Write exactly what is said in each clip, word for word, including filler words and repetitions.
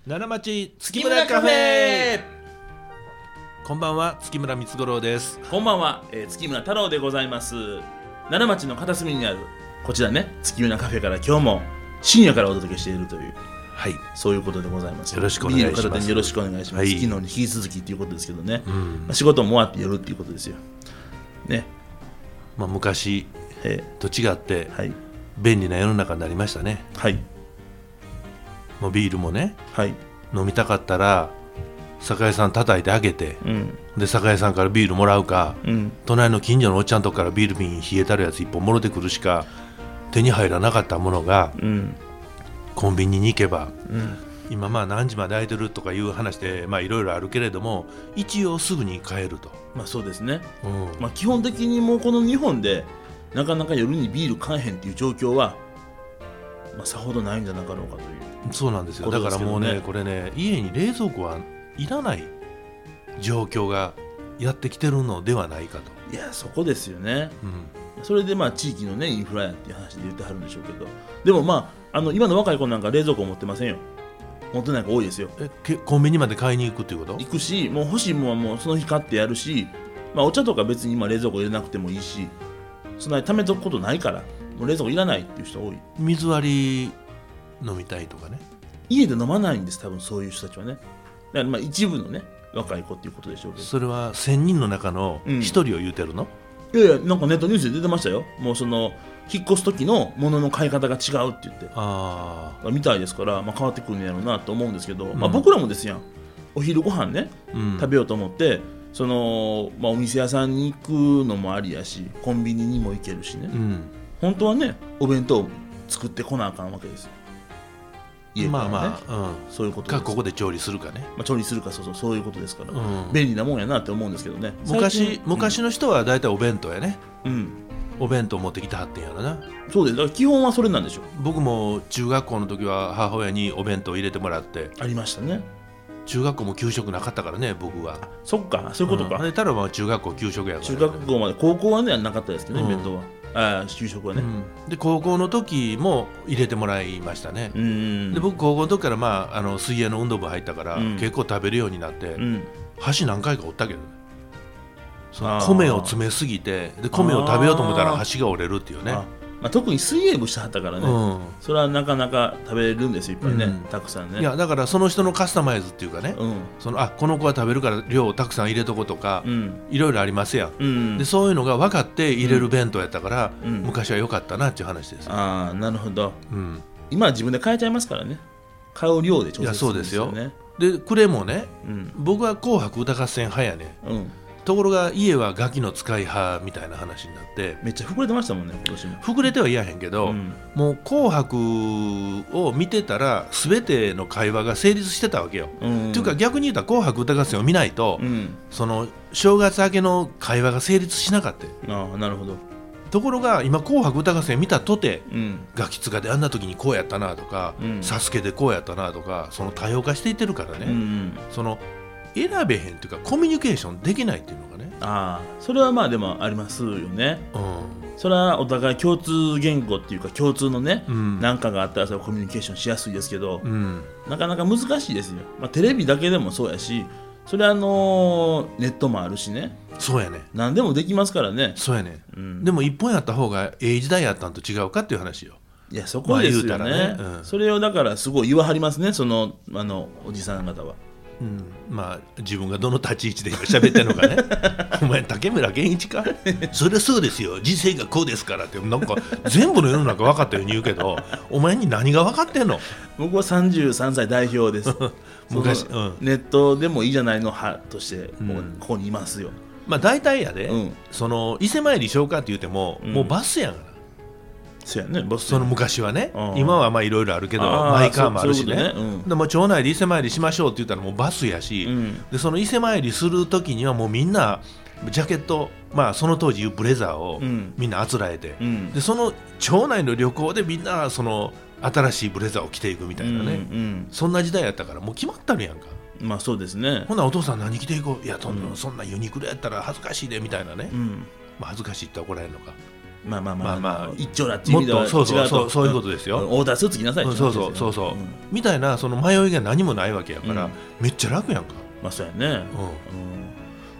奈良町月村カフェ。こんばんは、月村光五郎です。 こんばんは、えー、月村太郎でございます。奈良町の片隅にあるこちらね、月村カフェから今日も深夜からお届けしているという、 はい、 そういうことでございます。 よろしくお願いします。 ビール片手によろしくお願いします、 はい、 昨日に引き続きということですけどね、 うん、 まあ、仕事も終わって夜っていうことですよね。 まあ、昔と違って、 はい、 便利な世の中になりましたね。 はい、 もうビールもね、 はい、 飲みたかったら酒屋さん叩いてあげて、 うん、 で酒屋さんからビールもらうか、うん、隣の近所のおっちゃんとこからビール瓶冷えたるやつ一本もろてくるしか手に入らなかったものが、うん、コンビニに行けば、うん、今まあ何時まで空いてるとかいう話でいろいろあるけれども、一応すぐに買えると。 まあそうですね、 うん、 まあ、基本的にもうこの日本でなかなか夜にビール買えへんっていう状況は、まあ、さほどないんじゃなかろうかという。 そうなんですよ。だからもうね、これね、家に冷蔵庫はいらない状況がやってきてるのではないかと。 いや、そこですよね、うん、それでまあ地域のねインフラやっていう話で言ってはるんでしょうけど、でもまあ、あの今の若い子なんか冷蔵庫持ってませんよ。持ってない子多いですよ。 えけコンビニまで買いに行くっていうこと？ 行くし、もう欲しいものはもうその日買ってやるし、まあ、お茶とか別に今冷蔵庫入れなくてもいいし、そんなに貯めとくことないからもう冷蔵庫いらないっていう人多い。 水割り飲みたいとかね。 家で飲まないんです、多分そういう人たちはね。だからまあ一部のね若い子っていうことでしょうけど。 それはせんにんの中のひとりを言うてるの？ うん、いやいや、なんかネットニュースで出てましたよ。もうその引っ越す時の物の買い方が違うって言って、 あみたいですから、まあ、変わってくるんやろうなと思うんですけど、うん、まあ、僕らもですやん、お昼ご飯ね、うん、食べようと思ってその、まあ、お店屋さんに行くのもありやし、コンビニにも行けるしね、うん、本当はねお弁当作ってこなあかんわけですよ。家からね、まあまあ、うん、そういうことです。 かここで調理するかね、 まあ、調理するか、そうそう、そういうことですから、うん、便利なもんやなって思うんですけどね。 昔、昔の人はだいたいお弁当やね、 うん、 お弁当持ってきてはってんやろな。 そうです。だから基本はそれなんでしょう。 僕も中学校の時は母親にお弁当入れてもらって。 ありましたね。 中学校も給食なかったからね、僕は。 そっか、そういうことか。 うん、で太郎は中学校給食やから、ね、 中学校まで、高校はねなかったですけどね、うん、弁当は。あ、給食はね、 うん、で高校の時も入れてもらいましたね。うん、で僕高校の時から、まあ、あの水泳の運動部入ったから、うん、結構食べるようになって、うん、箸何回か折ったけどね。その米を詰めすぎて、で米を食べようと思ったら箸が折れるっていうね。 まあ、特に水泳部してはったからね、うん、それはなかなか食べれるんですよ、いっぱいね、うん、たくさんね。 いやだからその人のカスタマイズっていうかね、うん、そのあこの子は食べるから量をたくさん入れとこうとか、うん、いろいろありますやん、うん、でそういうのが分かって入れる弁当やったから、うん、昔は良かったなっていう話ですよ。 ああ、なるほど、うん、今は自分で買えちゃいますからね、買う量で調節するんですよね。いやそうですよ。でこれもね、うん、僕は紅白歌合戦派やね、うん、ところが家はガキの使い派みたいな話になって、 めっちゃ膨れてましたもんね、今年も。 膨れてはいやへんけど、うん、もう紅白を見てたら全ての会話が成立してたわけよ、うん、というか逆に言うたら紅白歌合戦を見ないと、うん、その正月明けの会話が成立しなかった。 ああ、なるほど。 ところが今紅白歌合戦見たとて、うん、ガキ使であんな時にこうやったなとか、うん、サスケでこうやったなとか、その多様化していってるからね、うんうん、その選べへんというかコミュニケーションできないっていうのがね。 ああ、それはまあでもありますよね、うん、それはお互い共通言語っていうか共通のね、うん、なんかがあったらそれはコミュニケーションしやすいですけど、うん、なかなか難しいですよ、まあ、テレビだけでもそうやし、それはあのー、ネットもあるしね。 そうやね、 何でもできますからね。 そうやね、うん、でも一本やった方がええ時代やったんと違うかっていう話よ。 いやそこですよね、まあ言うたらね、うん、それをだからすごい言わはりますね、その、あのおじさん方は。 うん、まあ自分がどの立ち位置で今喋ってるのかねお前竹村健一かそりゃそうですよ、人生がこうですからってなんか全部の世の中分かったように言うけどお前に何が分かってんの。 僕はさんじゅうさんさい代表です昔、うん、ネットでもいいじゃないの派としてもうここにいますよ、うん、 まあ大体やで、うん、その伊勢参りしようかって言っても、うん、もうバスやんから。 そうやね、バスその昔はね、今はまあいろいろあるけどマイカーもあるしね、ううね、うん、でも町内で伊勢参りしましょうって言ったらもうバスやし、うん、でその伊勢参りする時にはもうみんなジャケット、まあその当時いうブレザーをみんなあつらえて、うん、でその町内の旅行でみんなその新しいブレザーを着ていくみたいなね、うんうん、そんな時代やったからもう決まったるやんか。 まあそうですね。 ほなお父さん何着ていこう、いや、うん、そんなユニクロやったら恥ずかしいでみたいなね、うん、まあ、恥ずかしいって怒られるのか。 まあまあまあ、 まあまあ一丁だっていう意味では違うと、 そうそうそうそういうことですよ、 オーダースーツ着なさいってそうそうそうそう、うん、みたいなその迷いが何もないわけやから、うん、めっちゃ楽やんか。 まあそうやね、うんうん、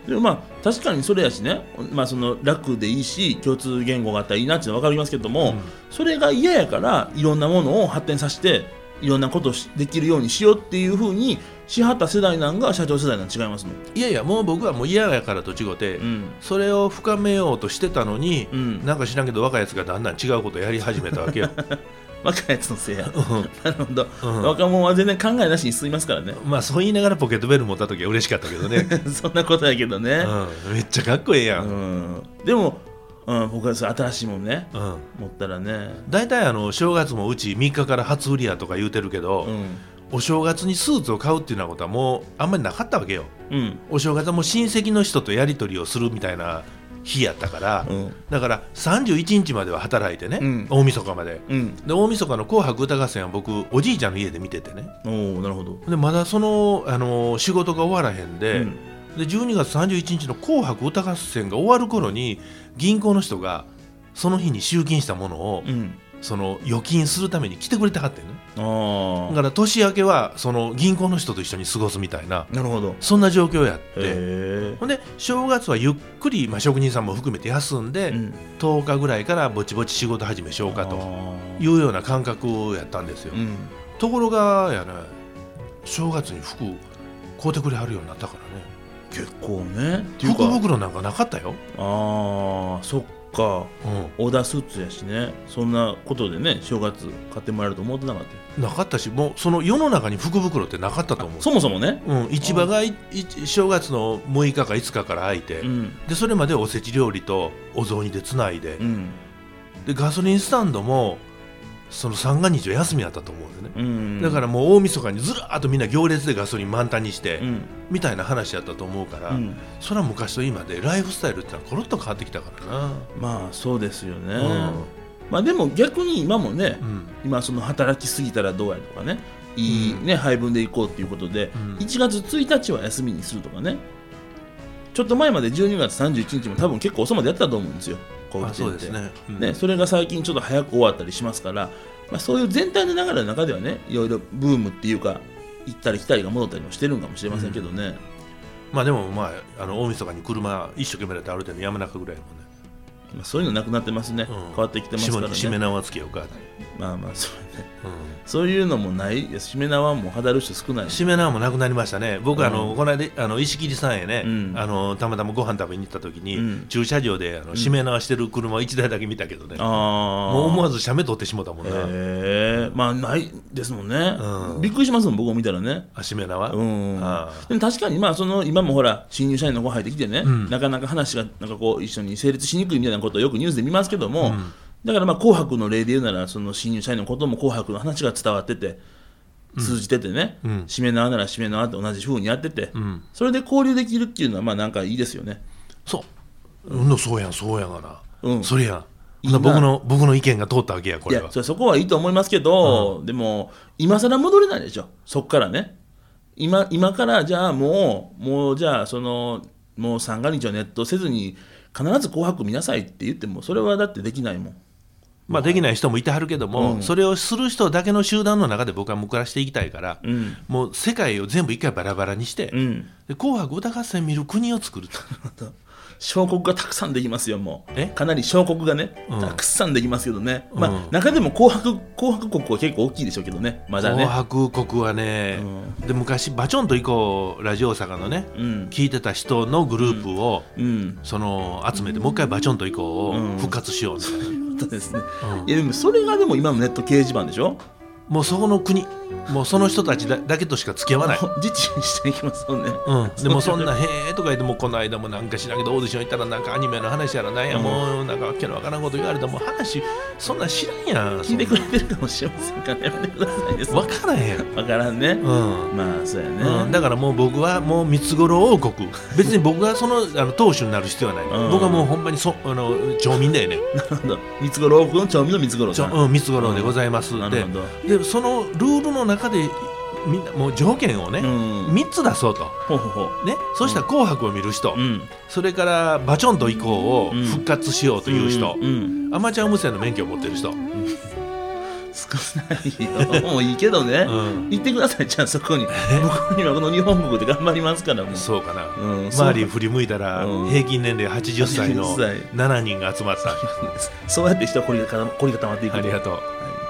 でもまあ確かにそれやしね、まあ、その楽でいいし共通言語があったらいいなっていうのは分かりますけども、うん、それが嫌やからいろんなものを発展させていろんなことをできるようにしようっていうふうにしはった世代なんが社長世代なん違いますの。 いやいやもう僕はもう嫌やからと違って、うん、それを深めようとしてたのに、うん、なんか知らんけど若いやつがだんだん違うことをやり始めたわけよ若いやつのせいやなるほど、うん、若者は全然考えなしに進みますからね。 まあそう言いながらポケットベル持った時は嬉しかったけどねそんなことやけどね、 うん、めっちゃかっこええやん、うん、 でもうん、僕は新しいもんね、うん、持ったらね大体あの正月もうちみっかから初売りやとか言うてるけど、うん、お正月にスーツを買うっていうようなことはもうあんまりなかったわけよ、うん、お正月はもう親戚の人とやり取りをするみたいな日やったから、うん、だからさんじゅういちにちまでは働いてね、うん、大晦日まで、うん、で大晦日の紅白歌合戦は僕おじいちゃんの家で見ててね。 おなるほど。 でまだその、あの仕事が終わらへんで、うん、でじゅうにがつさんじゅういちにちの紅白歌合戦が終わる頃に銀行の人がその日に集金したものを、うん、その預金するために来てくれてはってね。あだから年明けはその銀行の人と一緒に過ごすみたいな、 なるほどそんな状況やって、ほんで正月はゆっくり、まあ、職人さんも含めて休んで、うん、とおかぐらいからぼちぼち仕事始めしようかというような感覚やったんですよ、うん、ところがやね正月に服買うてくれはるようになったからね。 結構ね福袋なんかなかったよ。 ああそっか、うん、オーダースーツやしね、そんなことでね正月買ってもらえると思ってなかったなかったし、もうその世の中に福袋ってなかったと思う。 そもそもね、 うん、市場が正月のむいかかいつかから開いて、うん、でそれまでおせち料理とお雑煮でつないで、うん、でガソリンスタンドもその三が日は休みだったと思うんでね、うんうん、だからもう大晦日にずらーっとみんな行列でガソリン満タンにして、うん、みたいな話だったと思うから、うん、それは昔と今でライフスタイルってのはコロッと変わってきたからな。 まあそうですよね、うん、まあでも逆に今もね、うん、今その働きすぎたらどうやとかね、いいね、うん、配分でいこうということで、うん、いちがつついたちは休みにするとかね、ちょっと前までじゅうにがつさんじゅういちにちも多分結構遅までやったと思うんですよ。 あそうですね、うん、 ね、それが最近ちょっと早く終わったりしますから、まあ、そういう全体の流れの中ではね、いろいろブームっていうか行ったり来たりが戻ったりもしてるんかもしれませんけどね、うん、 まあでもまあ、あの大晦日に車一生懸命やってある程度山中ぐらいもね、 まあ、そういうのなくなってますね、うん、変わってきてますからね。 しめ縄つけようか、 まあまあそうね、うん、そういうのもないです。しめ縄も肌る人少ない。 しめ縄もなくなりましたね。僕、うん、あのこの間あの石切さんへね、うん、あのたまたまご飯食べに行った時に、うん、駐車場であのしめ縄してる車をいちだいだけ見たけどね、うん、もう思わず写メ撮ってしもたもんな。 へまあないですもんね、うん、びっくりしますもん僕も見たらね。 あしめ縄、うん、 あでも確かにまあその今もほら新入社員の子入ってきてね、うん、なかなか話がなんかこう一緒に成立しにくいみたいなことをよくニュースで見ますけども、うん、だからまあ紅白の例で言うならその新入社員のことも紅白の話が伝わってて通じててね、うん、締め縄なら締め縄って同じ風にやってて、うん、それで交流できるっていうのはまあなんかいいですよね。 そう、うん、そうやんそうやがな、うん、それやん僕の僕の意見が通ったわけやこれは。いやそ, そこはいいと思いますけど、うん、でも今更戻れないでしょそっからね。 今, 今からじゃあもうもうじゃあそのもう三が日をネットせずに必ず紅白見なさいって言ってもそれはだってできないもん。 まあ、できない人もいてはるけども、うん、それをする人だけの集団の中で僕はもう暮らしていきたいから、うん、もう世界を全部一回バラバラにして、うん、で紅白歌合戦見る国を作ると小国がたくさんできますよ。もうかなり小国がね、うん、たくさんできますけどね、まあ、うん、中でも紅白、紅白国は結構大きいでしょうけどね、まだね。 紅白国はね、うん、で昔バチョンと以降ラジオ大阪のね、うん、聞いてた人のグループを、うん、その集めてもう一回バチョンと以降を復活しようみたいな、 そうですね、うん、いやでもそれがでも今のネット掲示板でしょ。 もうそこの国もうその人たち だ, だけとしか付き合わない自治にしていきますもんね、 うん、でもそんなへーとか言ってもこの間もなんか知らんけどオーディション行ったらなんかアニメの話やらなんや、うん、もうなんかわけのわからんこと言われたらもう話そんなん知らんやん。 聞いてくれてるかもしれませんからやめてくださいです。 わからへんわからんね、うん、まあそうやね、 うん、だからもう僕はもう三つ頃王国別に僕がそのあの当主になる必要はない、うん、僕はもうほんまにそあの町民だよね。 なるほど。三つ頃王国の町民の三つ頃さん、 うん、三つ頃でございます、うん、ででそのルールの中でみんなもう条件をね、うん、みっつ出そうとほうほうほう、 ね、そしたら紅白を見る人、うん、それからバチョンと以降を復活しようという人、うんうんうん、アマチュア無線の免許を持ってる人、 少ないよもういいけどね、うん、行ってください。じゃあそこに僕にはこの日本国で頑張りますから。もうそうかな、うん、周り振り向いたら、うん、平均年齢はちじゅっさいのしちにんが集まったそうやって人は凝りが固まっていく。 ありがとう。